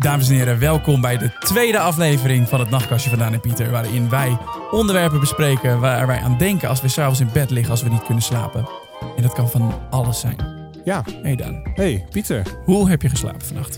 Dames en heren, welkom bij de tweede aflevering van het Nachtkastje van Daan en Pieter. Waarin wij onderwerpen bespreken waar wij aan denken als we 's avonds in bed liggen als we niet kunnen slapen. En dat kan van alles zijn. Ja. Hey Daan. Hey Pieter. Hoe heb je geslapen vannacht?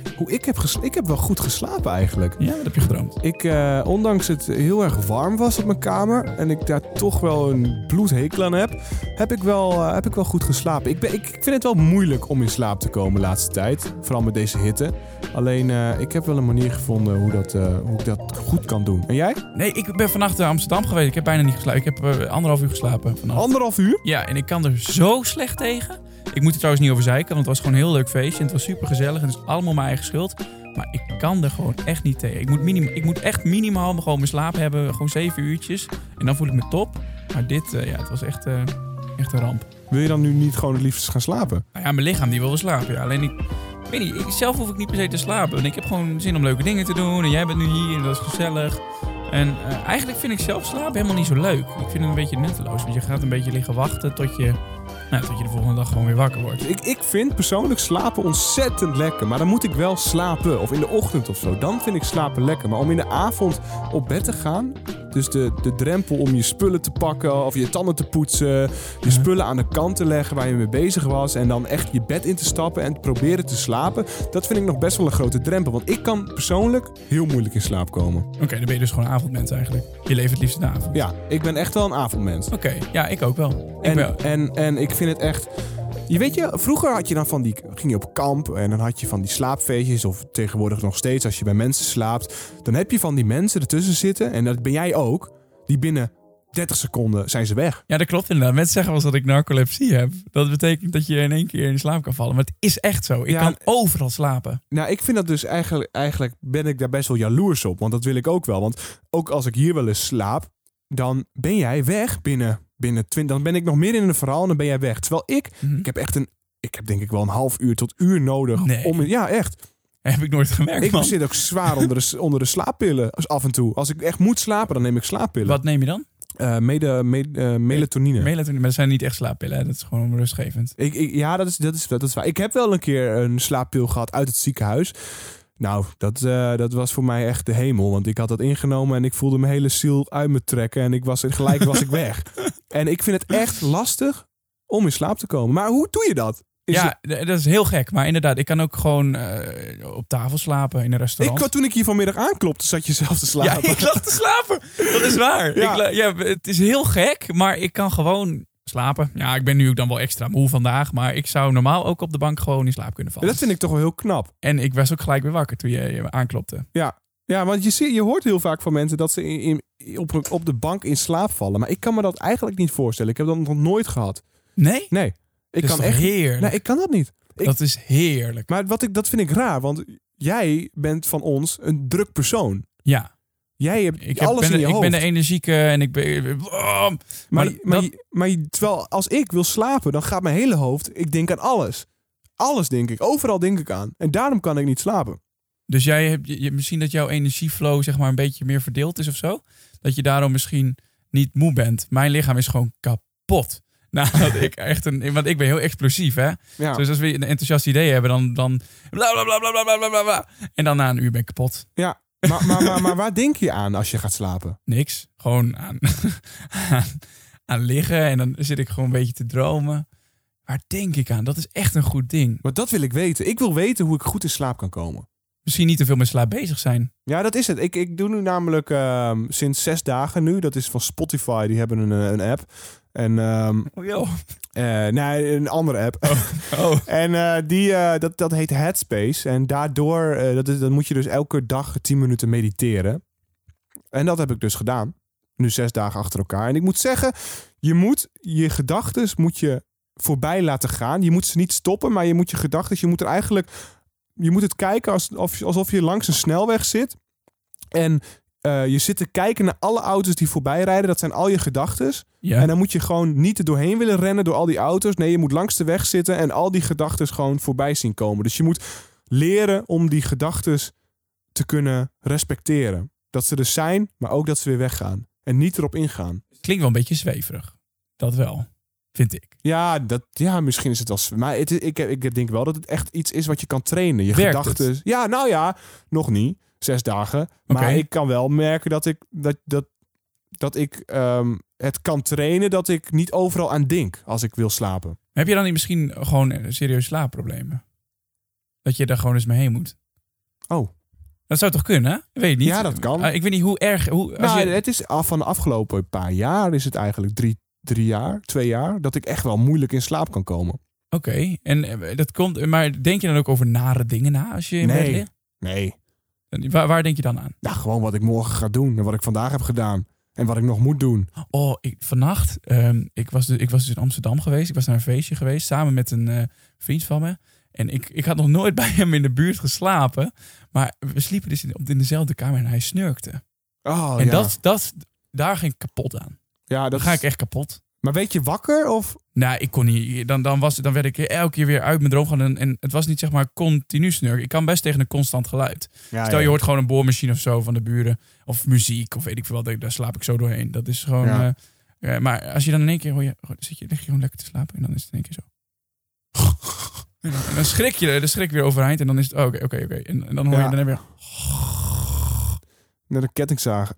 Ik heb wel goed geslapen eigenlijk. Ja, wat heb je gedroomd? Ondanks het heel erg warm was op mijn kamer en ik daar toch wel een bloedhekel aan heb ik wel goed geslapen. Ik vind het wel moeilijk om in slaap te komen de laatste tijd. Vooral met deze hitte. Alleen, ik heb wel een manier gevonden hoe ik dat goed kan doen. En jij? Nee, ik ben vannacht in Amsterdam geweest. Ik heb bijna niet geslapen. Ik heb 1,5 uur geslapen vannacht. 1,5 uur? Ja, en ik kan er zo slecht tegen. Ik moet er trouwens niet over zeiken, want het was gewoon een heel leuk feestje. En het was super gezellig en het is allemaal mijn eigen schuld. Maar ik kan er gewoon echt niet tegen. Ik moet echt minimaal gewoon mijn slaap hebben. Gewoon 7 uurtjes. En dan voel ik me top. Maar dit, het was echt een ramp. Wil je dan nu niet gewoon het liefst gaan slapen? Nou ja, mijn lichaam die wil wel slapen. Ja. Alleen ik weet niet, zelf hoef ik niet per se te slapen. En ik heb gewoon zin om leuke dingen te doen. En jij bent nu hier en dat is gezellig. En eigenlijk vind ik zelf slapen helemaal niet zo leuk. Ik vind het een beetje nutteloos. Want je gaat een beetje liggen wachten tot je de volgende dag gewoon weer wakker wordt. Ik vind persoonlijk slapen ontzettend lekker. Maar dan moet ik wel slapen. Of in de ochtend of zo. Dan vind ik slapen lekker. Maar om in de avond op bed te gaan. Dus de drempel om je spullen te pakken. Of je tanden te poetsen. Je spullen aan de kant te leggen waar je mee bezig was. En dan echt je bed in te stappen en proberen te slapen. Dat vind ik nog best wel een grote drempel. Want ik kan persoonlijk heel moeilijk in slaap komen. Oké, dan ben je dus gewoon een avondmens eigenlijk. Je leeft het liefst in de avond. Ja, ik ben echt wel een avondmens. Oké, ja, ik ook wel. En ik vind het echt... Je weet je, vroeger had je dan ging je op kamp en dan had je van die slaapfeestjes. Of tegenwoordig nog steeds als je bij mensen slaapt. Dan heb je van die mensen ertussen zitten. En dat ben jij ook. Die binnen 30 seconden zijn ze weg. Ja, dat klopt inderdaad. Mensen zeggen wel eens dat ik narcolepsie heb. Dat betekent dat je in één keer in slaap kan vallen. Maar het is echt zo. Ik kan overal slapen. Nou, ik vind dat dus eigenlijk ben ik daar best wel jaloers op. Want dat wil ik ook wel. Want ook als ik hier wel eens slaap, dan ben jij weg binnen 20. Dan ben ik nog meer in een verhaal en dan ben jij weg. Terwijl ik heb denk ik wel een half uur tot uur nodig. Nee. Ja, echt. Heb ik nooit gemerkt, man. Ik zit ook zwaar onder de slaappillen af en toe. Als ik echt moet slapen, dan neem ik slaappillen. Wat neem je dan? Melatonine. Melatonine, maar dat zijn niet echt slaappillen. Hè? Dat is gewoon rustgevend. Ja, dat is waar. Ik heb wel een keer een slaappil gehad uit het ziekenhuis. Nou, dat was voor mij echt de hemel. Want ik had dat ingenomen en ik voelde mijn hele ziel uit me trekken. En gelijk was ik weg. En ik vind het echt lastig om in slaap te komen. Maar hoe doe je dat? Dat is heel gek. Maar inderdaad, ik kan ook gewoon op tafel slapen in een restaurant. Toen ik hier vanmiddag aanklopte, zat je zelf te slapen. Ja, ik lag te slapen. Dat is waar. Ja. Het is heel gek, maar ik kan gewoon slapen. Ja, ik ben nu ook dan wel extra moe vandaag. Maar ik zou normaal ook op de bank gewoon in slaap kunnen vallen. Dat vind ik toch wel heel knap. En ik was ook gelijk weer wakker toen je aanklopte. Ja, want je hoort heel vaak van mensen dat ze op de bank in slaap vallen. Maar ik kan me dat eigenlijk niet voorstellen. Ik heb dat nog nooit gehad. Nee? Nee. Dat is heerlijk. Nee, ik kan dat niet. Dat is heerlijk. Maar dat vind ik raar, want jij bent van ons een druk persoon. Ja. Jij hebt alles in je hoofd. Ik ben de energieke en ik ben... Maar terwijl als ik wil slapen, dan gaat mijn hele hoofd... Ik denk aan alles. Alles denk ik. Overal denk ik aan. En daarom kan ik niet slapen. Dus jij hebt misschien dat jouw energieflow zeg maar een beetje meer verdeeld is of zo? Dat je daarom misschien niet moe bent. Mijn lichaam is gewoon kapot. Nou, want ik ben heel explosief, hè? Ja. Dus als we een enthousiast idee hebben, dan bla bla bla bla bla bla bla. En dan na een uur ben ik kapot. Ja, maar waar denk je aan als je gaat slapen? Niks. Gewoon aan liggen en dan zit ik gewoon een beetje te dromen. Waar denk ik aan? Dat is echt een goed ding. Maar dat wil ik weten. Ik wil weten hoe ik goed in slaap kan komen. Misschien niet te veel met slaap bezig zijn. Ja, dat is het. Ik doe nu namelijk sinds 6 dagen nu. Dat is van Spotify. Die hebben een app. En, nee, een andere app. Oh. En dat heet Headspace. En daardoor dan moet je dus elke dag 10 minuten mediteren. En dat heb ik dus gedaan. Nu 6 dagen achter elkaar. En ik moet zeggen, je moet je gedachtes voorbij laten gaan. Je moet ze niet stoppen, maar je moet je gedachtes... Je moet het kijken alsof je langs een snelweg zit. En je zit te kijken naar alle auto's die voorbij rijden. Dat zijn al je gedachtes. Ja. En dan moet je gewoon niet er doorheen willen rennen door al die auto's. Nee, je moet langs de weg zitten en al die gedachtes gewoon voorbij zien komen. Dus je moet leren om die gedachtes te kunnen respecteren. Dat ze er zijn, maar ook dat ze weer weggaan. En niet erop ingaan. Klinkt wel een beetje zweverig. Dat wel, vind ik. Ja, misschien is het wel... Maar ik denk wel dat het echt iets is wat je kan trainen. Je Werkt gedachten... het? Ja, nou ja, nog niet. 6 dagen. Maar Oké. ik kan wel merken dat ik het kan trainen... dat ik niet overal aan denk als ik wil slapen. Heb je dan niet misschien gewoon serieus slaapproblemen? Dat je daar gewoon eens mee heen moet? Oh. Dat zou toch kunnen, hè? Ik weet het niet. Ja, dat kan. Ik weet niet hoe erg... Het is van de afgelopen paar jaar is het eigenlijk 3 jaar, 2 jaar... dat ik echt wel moeilijk in slaap kan komen. Oké. En dat komt... Maar denk je dan ook over nare dingen na als je in bed ligt? Nee. Waar denk je dan aan? Nou, gewoon wat ik morgen ga doen en wat ik vandaag heb gedaan. En wat ik nog moet doen. Vannacht, ik was dus in Amsterdam geweest. Ik was naar een feestje geweest, samen met een vriend van me. En ik had nog nooit bij hem in de buurt geslapen. Maar we sliepen dus in dezelfde kamer en hij snurkte. Oh, En ja. daar ging ik kapot aan. Ja, Dan ga ik echt kapot. Maar weet je wakker of... Nou, ik kon niet. Dan werd ik elke keer weer uit mijn droom gaan. En het was niet zeg maar continu snurken. Ik kan best tegen een constant geluid. Ja, Stel je hoort gewoon een boormachine of zo van de buren. Of muziek of weet ik veel wat. Daar slaap ik zo doorheen. Dat is gewoon... Ja. Maar als je dan in één keer hoor je... lig je gewoon lekker te slapen. En dan is het in één keer zo. En dan schrik je weer overeind. En dan is het... Oké. En dan hoor je dan weer... Net een kettingzaag.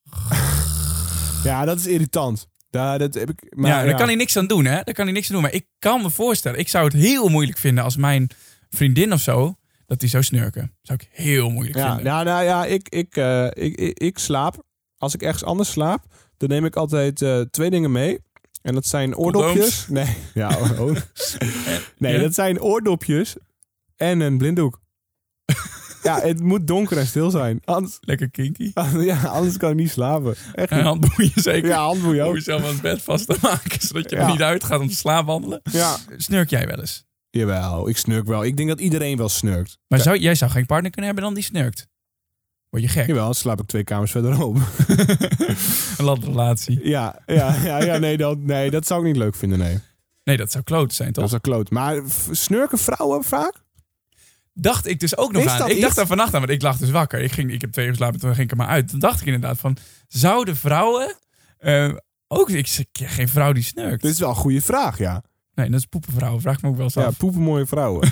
Ja, dat is irritant. Dat heb ik... Maar, daar kan hij niks aan doen, hè? Daar kan hij niks aan doen. Maar ik kan me voorstellen... Ik zou het heel moeilijk vinden als mijn vriendin of zo... dat die zou snurken. Zou ik heel moeilijk vinden. Ik slaap. Als ik ergens anders slaap... dan neem ik altijd 2 dingen mee. En dat zijn oordopjes. Condooms. Nee, dat zijn oordopjes en een blinddoek. Ja, het moet donker en stil zijn. Anders, Lekker kinky. anders kan ik niet slapen. Echt En niet. handboeien zeker. Ja, handboeien ook. Om jezelf aan het bed vast te maken... zodat je er niet uitgaat om te slaapwandelen. Ja. Snurk jij wel eens? Jawel, ik snurk wel. Ik denk dat iedereen wel snurkt. Maar jij zou geen partner kunnen hebben dan die snurkt? Word je gek? Jawel, dan slaap ik 2 kamers verderop. Een landrelatie. Nee, dat zou ik niet leuk vinden, nee. Nee, dat zou kloot zijn, toch? Dat zou kloot. Maar snurken vrouwen vaak? Dacht ik dus ook nog Is aan. dat Ik iets? dacht daar vannacht aan, want ik lag dus wakker. Ik heb 2 uur geslapen, toen ging ik er maar uit. Toen dacht ik inderdaad van, zouden vrouwen... ook, ik ken geen vrouw die snurkt. Dit is wel een goede vraag, ja. Nee, dat is poepenvrouwen. Vraag ik me ook wel eens Ja, af. poepenmooie vrouwen.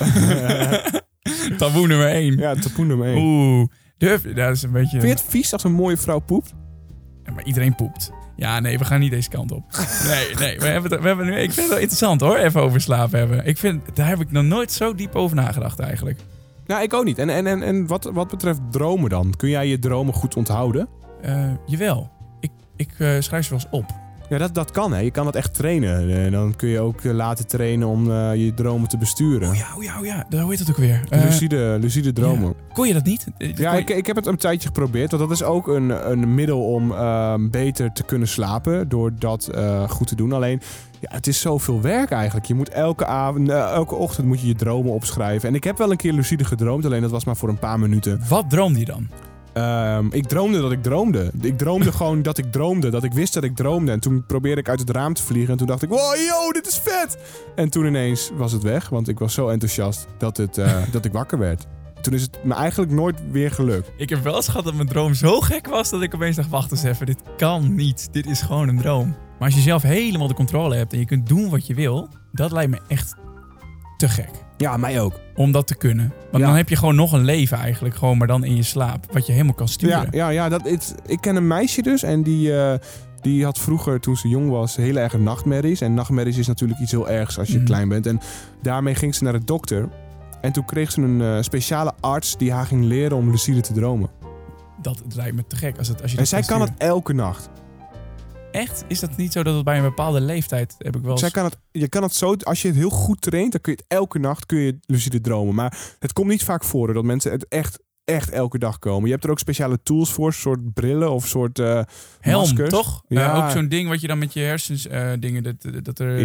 Taboe nummer 1. Ja, taboe nummer 1. Oeh. Dat is een beetje... Vind je het vies als een mooie vrouw poept? Ja, maar iedereen poept. Ja, nee, we gaan niet deze kant op. Nee, we hebben nu... Ik vind het wel interessant hoor, even over slaap hebben. Daar heb ik nog nooit zo diep over nagedacht eigenlijk. Nou, ik ook niet. En wat betreft dromen dan? Kun jij je dromen goed onthouden? Jawel. Ik schrijf ze wel eens op. Ja, dat kan hè. Je kan dat echt trainen. Dan kun je ook laten trainen om je dromen te besturen. Oh ja. Hoe heet dat ook weer? Lucide dromen. Ja. Kon je dat niet? Ik heb het een tijdje geprobeerd. Want dat is ook een middel om beter te kunnen slapen. Door dat goed te doen. Alleen, ja, het is zoveel werk eigenlijk. Je moet elke ochtend moet je je dromen opschrijven. En ik heb wel een keer lucide gedroomd. Alleen dat was maar voor een paar minuten. Wat droomde je dan? Ik droomde dat ik droomde. Ik droomde gewoon dat ik droomde. Dat ik wist dat ik droomde. En toen probeerde ik uit het raam te vliegen. En toen dacht ik, wow, yo, dit is vet! En toen ineens was het weg. Want ik was zo enthousiast dat ik wakker werd. Toen is het me eigenlijk nooit weer gelukt. Ik heb wel eens gehad dat mijn droom zo gek was... dat ik opeens dacht, wacht eens even, dit kan niet. Dit is gewoon een droom. Maar als je zelf helemaal de controle hebt... en je kunt doen wat je wil... dat lijkt me echt te gek. Ja, mij ook. Om dat te kunnen. Want dan heb je gewoon nog een leven eigenlijk. Gewoon maar dan in je slaap. Wat je helemaal kan sturen. Ik ken een meisje dus. En die had vroeger, toen ze jong was, heel erg nachtmerries. En nachtmerries is natuurlijk iets heel ergs als je klein bent. En daarmee ging ze naar de dokter. En toen kreeg ze een speciale arts die haar ging leren om lucide te dromen. Dat lijkt me te gek. Als je en zij kan het elke nacht. Echt? Is dat niet zo dat het bij een bepaalde leeftijd heb ik wel eens... Je kan het zo, als je het heel goed traint, dan kun je het elke nacht lucide dromen. Maar het komt niet vaak voor dat mensen het echt elke dag komen. Je hebt er ook speciale tools voor, soort brillen of soort helm, maskers. Toch? Ja. Ook zo'n ding wat je dan met je hersens dingen... Dat er,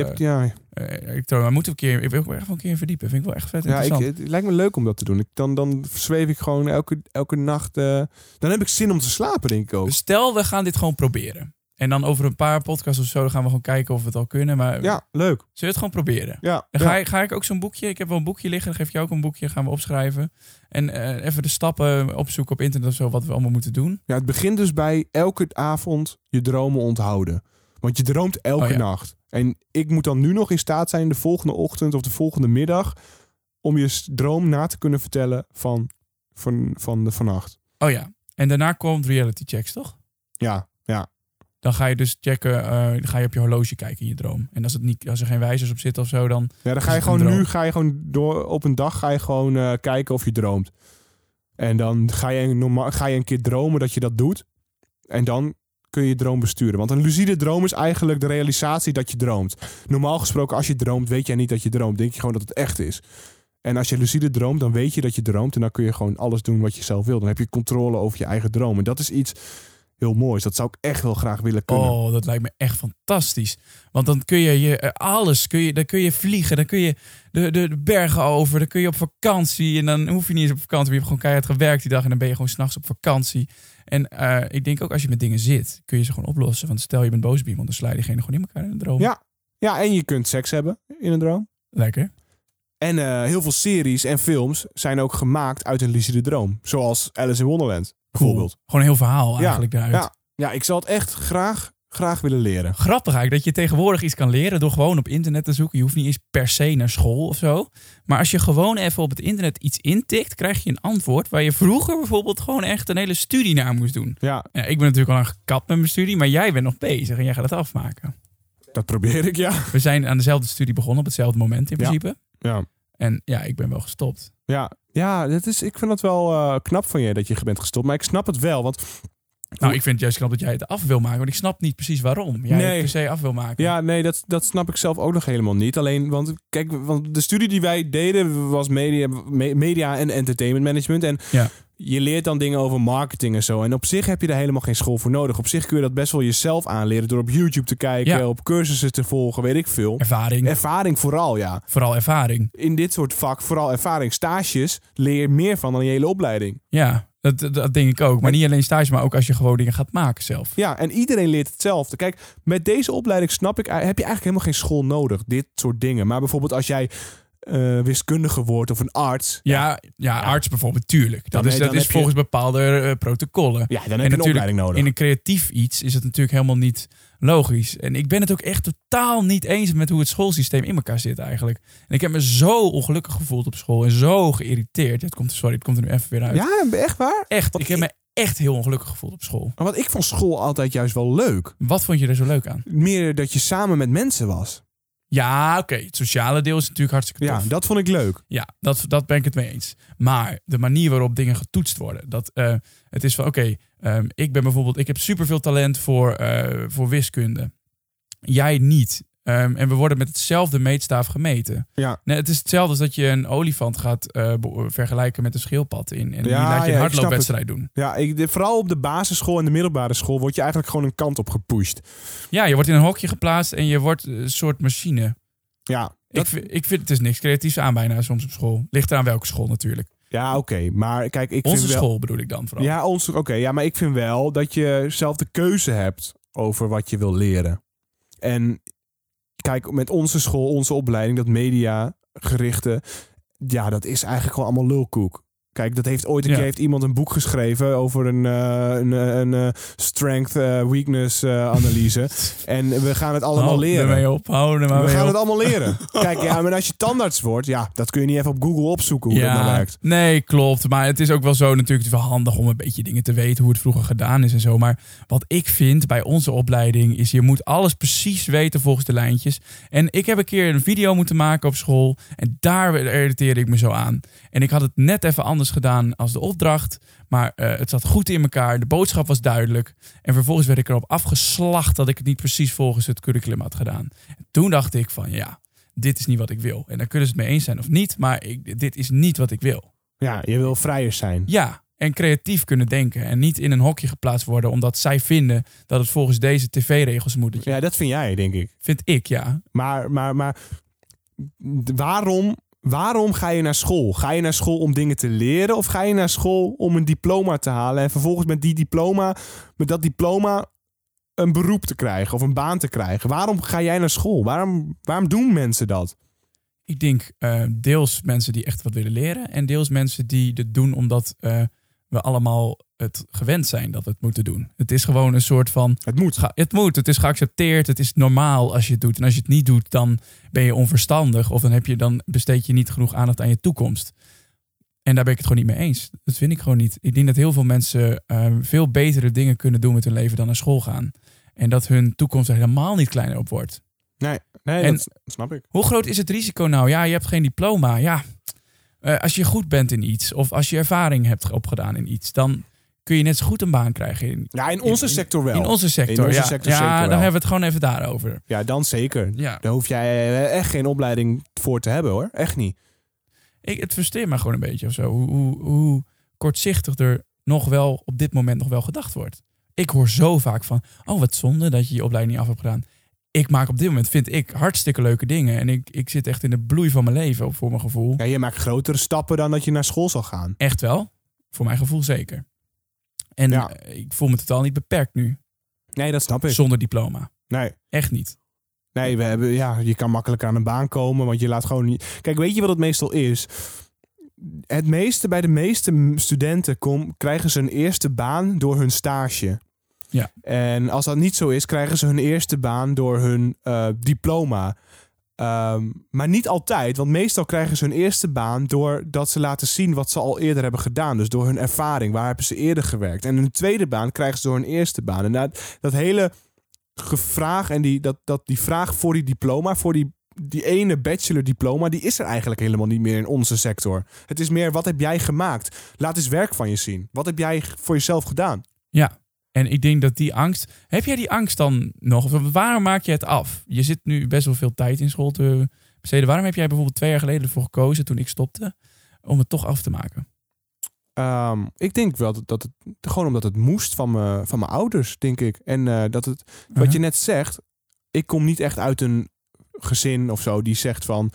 Maar ik wil echt wel een keer verdiepen. Vind ik wel echt vet interessant. Het lijkt me leuk om dat te doen. Dan zweef ik gewoon elke nacht... dan heb ik zin om te slapen, denk ik ook. Stel, we gaan dit gewoon proberen. En dan over een paar podcasts of zo, dan gaan we gewoon kijken of we het al kunnen. Maar ja, leuk. Zullen we het gewoon proberen? Ja. Dan ga ik ook zo'n boekje. Ik heb wel een boekje liggen. Dan geef ik jou ook een boekje. Gaan we opschrijven. En even de stappen opzoeken op internet of zo. Wat we allemaal moeten doen. Ja, het begint dus bij elke avond je dromen onthouden. Want je droomt elke nacht. En ik moet dan nu nog in staat zijn de volgende ochtend of de volgende middag om je droom na te kunnen vertellen van de vannacht. Oh ja. En daarna komt reality checks, toch? Ja. Dan ga je dus checken, dan ga je op je horloge kijken in je droom. En als er geen wijzers op zitten of zo, dan... Ja, dan ga je gewoon door op een dag kijken of je droomt. En dan ga je een keer dromen dat je dat doet. En dan kun je je droom besturen. Want een lucide droom is eigenlijk de realisatie dat je droomt. Normaal gesproken, als je droomt, weet jij niet dat je droomt. Denk je gewoon dat het echt is. En als je lucide droomt, dan weet je dat je droomt. En dan kun je gewoon alles doen wat je zelf wil. Dan heb je controle over je eigen droom. En dat is iets heel moois. Dat zou ik echt wel graag willen kunnen. Oh, dat lijkt me echt fantastisch. Want dan kun je alles, dan kun je vliegen, dan kun je de bergen over, dan kun je op vakantie. En dan hoef je niet eens op vakantie, maar je hebt gewoon keihard gewerkt die dag en dan ben je gewoon 's nachts op vakantie. En ik denk ook als je met dingen zit, kun je ze gewoon oplossen. Want stel je bent boos op iemand, dan sla je diegene gewoon in elkaar in een droom. Ja, en je kunt seks hebben in een droom. Lekker. En heel veel series en films zijn ook gemaakt uit een lucide droom. Zoals Alice in Wonderland, bijvoorbeeld. Cool. Gewoon een heel verhaal eigenlijk daaruit. Ja, ik zou het echt graag willen leren. Grappig eigenlijk dat je tegenwoordig iets kan leren door gewoon op internet te zoeken. Je hoeft niet eens per se naar school of zo. Maar als je gewoon even op het internet iets intikt, krijg je een antwoord waar je vroeger bijvoorbeeld gewoon echt een hele studie naar moest doen. Ja. Ja, ik ben natuurlijk al lang gekapt met mijn studie, maar jij bent nog bezig en jij gaat het afmaken. Dat probeer ik, ja. We zijn aan dezelfde studie begonnen op hetzelfde moment in principe. Ja. En ja, ik ben wel gestopt. Ja, ik vind het wel knap van je dat je bent gestopt. Maar ik snap het wel, want... Nou, ik vind het juist knap dat jij het af wil maken. Want ik snap niet precies waarom jij het per se af wil maken. Ja, nee, dat snap ik zelf ook nog helemaal niet. Alleen, want de studie die wij deden was media en entertainment management. En je leert dan dingen over marketing en zo. En op zich heb je daar helemaal geen school voor nodig. Op zich kun je dat best wel jezelf aanleren door op YouTube te kijken, op cursussen te volgen, weet ik veel. Ervaring vooral, ja. Vooral ervaring. In dit soort vak, vooral ervaring. Stages leer je meer van dan je hele opleiding. Ja. Dat denk ik ook. Maar niet alleen stage, maar ook als je gewoon dingen gaat maken zelf. Ja, en iedereen leert hetzelfde. Kijk, met deze opleiding heb je eigenlijk helemaal geen school nodig. Dit soort dingen. Maar bijvoorbeeld als jij wiskundige wordt of een arts. Ja, arts bijvoorbeeld, tuurlijk. Dat is volgens bepaalde protocollen. Ja, dan heb je een opleiding nodig. In een creatief iets is het natuurlijk helemaal niet logisch. En ik ben het ook echt totaal niet eens met hoe het schoolsysteem in elkaar zit eigenlijk. En ik heb me zo ongelukkig gevoeld op school en zo geïrriteerd. Het komt er nu even weer uit. Ja, echt waar? Echt. Ik heb me echt heel ongelukkig gevoeld op school. Maar wat ik vond school altijd juist wel leuk. Wat vond je er zo leuk aan? Meer dat je samen met mensen was. Ja, oké. Het sociale deel is natuurlijk hartstikke tof. Ja, dat vond ik leuk. Ja, dat ben ik het mee eens. Maar de manier waarop dingen getoetst worden. Het is van, ik heb superveel talent voor wiskunde. Jij niet. En we worden met hetzelfde meetstaaf gemeten. Ja. Nee, het is hetzelfde als dat je een olifant gaat vergelijken met een schildpad in. En die laat je een hardloopwedstrijd doen. Ja, vooral op de basisschool en de middelbare school word je eigenlijk gewoon een kant op gepusht. Ja, je wordt in een hokje geplaatst en je wordt een soort machine. Ja. Ik vind het is niks creatiefs aan bijna soms op school. Ligt eraan welke school natuurlijk. Ja, oké. Maar kijk, onze school bedoel ik dan vooral. Ja, maar ik vind wel dat je zelf de keuze hebt over wat je wil leren. En kijk, met onze school, onze opleiding, dat mediagerichte, ja, dat is eigenlijk gewoon allemaal lulkoek. Kijk, dat heeft ooit een keer heeft iemand een boek geschreven over een strength weakness analyse. En we gaan het allemaal leren. We gaan het allemaal leren. Kijk, ja, maar als je tandarts wordt, ja, dat kun je niet even op Google opzoeken hoe dat nou werkt. Nee, klopt. Maar het is ook wel zo natuurlijk, het is wel handig om een beetje dingen te weten hoe het vroeger gedaan is en zo. Maar wat ik vind bij onze opleiding is, je moet alles precies weten volgens de lijntjes. En ik heb een keer een video moeten maken op school en daar irriteerde ik me zo aan. En ik had het net even anders gedaan als de opdracht. Maar het zat goed in elkaar. De boodschap was duidelijk. En vervolgens werd ik erop afgeslacht dat ik het niet precies volgens het curriculum had gedaan. En toen dacht ik van ja, dit is niet wat ik wil. En daar kunnen ze het mee eens zijn of niet. Maar dit is niet wat ik wil. Ja, je wil vrijer zijn. Ja, en creatief kunnen denken. En niet in een hokje geplaatst worden omdat zij vinden dat het volgens deze tv-regels moet. Ja, dat vind jij, denk ik. Vind ik, ja. Maar waarom ga je naar school? Ga je naar school om dingen te leren? Of ga je naar school om een diploma te halen? En vervolgens met dat diploma een beroep te krijgen of een baan te krijgen? Waarom ga jij naar school? Waarom doen mensen dat? Ik denk deels mensen die echt wat willen leren. En deels mensen die het doen omdat we allemaal het gewend zijn dat we het moeten doen. Het is gewoon een soort van... Het moet. Het is geaccepteerd. Het is normaal als je het doet. En als je het niet doet, dan ben je onverstandig. Of dan besteed je niet genoeg aandacht aan je toekomst. En daar ben ik het gewoon niet mee eens. Dat vind ik gewoon niet. Ik denk dat heel veel mensen veel betere dingen kunnen doen met hun leven dan naar school gaan. En dat hun toekomst er helemaal niet kleiner op wordt. Nee, dat snap ik. Hoe groot is het risico nou? Ja, je hebt geen diploma. Ja, als je goed bent in iets of als je ervaring hebt opgedaan in iets, dan kun je net zo goed een baan krijgen. In onze sector wel. In onze sector, sector zeker dan wel. hebben we het gewoon even daarover. Ja, dan zeker. Ja. Daar hoef jij echt geen opleiding voor te hebben, hoor. Echt niet. Het frustreert me gewoon een beetje of zo. Hoe kortzichtig er nog wel op dit moment nog wel gedacht wordt. Ik hoor zo vaak van, wat zonde dat je je opleiding niet af hebt gedaan. Ik maak op dit moment, vind ik, hartstikke leuke dingen. En ik zit echt in de bloei van mijn leven, voor mijn gevoel. Ja, je maakt grotere stappen dan dat je naar school zal gaan. Echt wel. Voor mijn gevoel zeker. En ik voel me totaal niet beperkt nu. Nee, dat snap ik. Zonder diploma. Nee. Echt niet. Nee, je kan makkelijk aan een baan komen, want je laat gewoon niet... Kijk, weet je wat het meestal is? Bij de meeste studenten krijgen ze een eerste baan door hun stage. Ja. En als dat niet zo is, krijgen ze hun eerste baan door hun diploma. Maar niet altijd, want meestal krijgen ze hun eerste baan doordat ze laten zien wat ze al eerder hebben gedaan. Dus door hun ervaring, waar hebben ze eerder gewerkt. En hun tweede baan krijgen ze door hun eerste baan. En dat hele gevraag en die vraag voor die diploma, voor die ene bachelor diploma, die is er eigenlijk helemaal niet meer in onze sector. Het is meer, wat heb jij gemaakt? Laat eens werk van je zien. Wat heb jij voor jezelf gedaan? Ja. En ik denk dat die angst... Heb jij die angst dan nog? Of waarom maak je het af? Je zit nu best wel veel tijd in school te besteden. Waarom heb jij bijvoorbeeld 2 jaar geleden ervoor gekozen, toen ik stopte, om het toch af te maken? Ik denk wel dat het gewoon omdat het moest van mijn ouders, denk ik. En dat het, wat je net zegt, ik kom niet echt uit een gezin of zo die zegt van,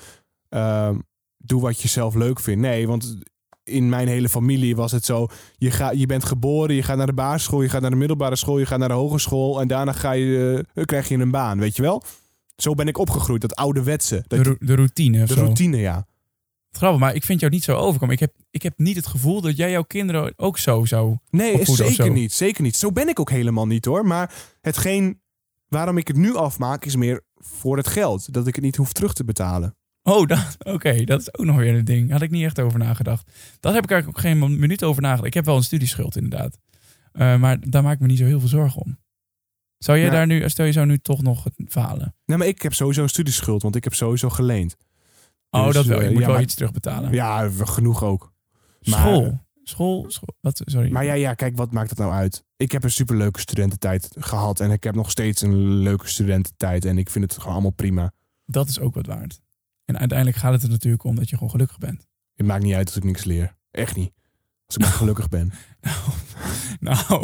doe wat je zelf leuk vindt. Nee, want in mijn hele familie was het zo, je bent geboren, je gaat naar de basisschool, je gaat naar de middelbare school, je gaat naar de hogeschool en daarna krijg je een baan, weet je wel? Zo ben ik opgegroeid, dat ouderwetse. De routine of zo. De routine, ja. Grappig, maar ik vind jou niet zo overkomen. Ik heb niet het gevoel dat jij jouw kinderen ook zo zou Nee, zeker niet. Zo ben ik ook helemaal niet, hoor. Maar hetgeen waarom ik het nu afmaak is meer voor het geld. Dat ik het niet hoef terug te betalen. Oh, oké, dat is ook nog weer een ding. Had ik niet echt over nagedacht. Daar heb ik eigenlijk ook geen minuut over nagedacht. Ik heb wel een studieschuld, inderdaad. Maar daar maak ik me niet zo heel veel zorgen om. Stel je zou nu toch nog falen? Nee, maar ik heb sowieso een studieschuld, want ik heb sowieso geleend. Dus, dat wel. Je moet wel iets terugbetalen. Ja, genoeg ook. School. Wat? Sorry. Maar ja, kijk, wat maakt dat nou uit? Ik heb een superleuke studententijd gehad. En ik heb nog steeds een leuke studententijd. En ik vind het gewoon allemaal prima. Dat is ook wat waard. En uiteindelijk gaat het er natuurlijk om dat je gewoon gelukkig bent. Het maakt niet uit als ik niks leer. Echt niet. Als ik maar gelukkig ben. Nou.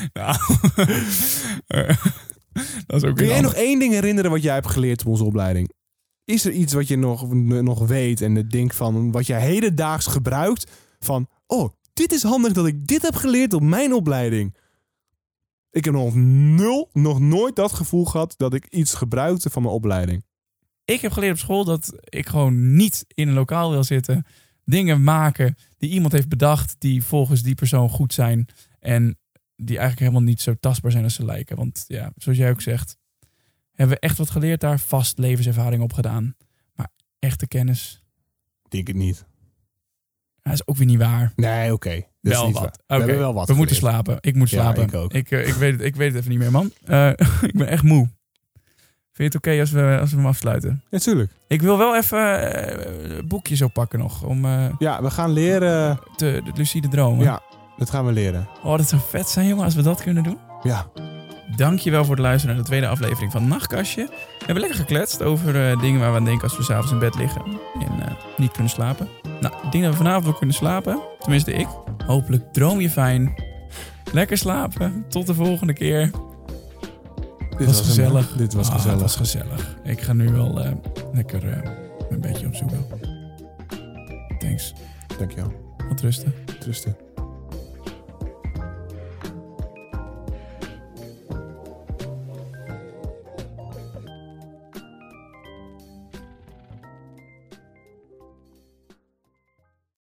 Dat is ook. Kun jij nog 1 ding herinneren wat jij hebt geleerd op onze opleiding? Is er iets wat je nog weet en denkt van wat jij hedendaags gebruikt? Van, dit is handig dat ik dit heb geleerd op mijn opleiding. Ik heb nog nooit dat gevoel gehad dat ik iets gebruikte van mijn opleiding. Ik heb geleerd op school dat ik gewoon niet in een lokaal wil zitten. Dingen maken die iemand heeft bedacht, die volgens die persoon goed zijn. En die eigenlijk helemaal niet zo tastbaar zijn als ze lijken. Want ja, zoals jij ook zegt, hebben we echt wat geleerd daar. Vast levenservaring opgedaan. Maar echte kennis? Denk het niet. Dat is ook weer niet waar. Nee, oké. Wel wat. We hebben wel wat. We moeten slapen. Ik moet slapen. Ik ook. Ik weet het even niet meer, man. Ik ben echt moe. Vind je het oké als we hem afsluiten? Ja, tuurlijk. Ik wil wel even een boekje zo pakken nog. Ja, we gaan leren. De lucide dromen. Ja, dat gaan we leren. Oh, dat zou vet zijn, jongen, als we dat kunnen doen. Ja. Dankjewel voor het luisteren naar de tweede aflevering van Nachtkastje. We hebben lekker gekletst over dingen waar we aan denken als we s'avonds in bed liggen en niet kunnen slapen. Nou, ik denk dat we vanavond wel kunnen slapen. Tenminste, ik. Hopelijk droom je fijn. Lekker slapen. Tot de volgende keer. Dit was gezellig. Dit was gezellig. Het was gezellig. Ik ga nu wel lekker een beetje opzoeken. Thanks. Dankjewel. Wat rusten. Rusten.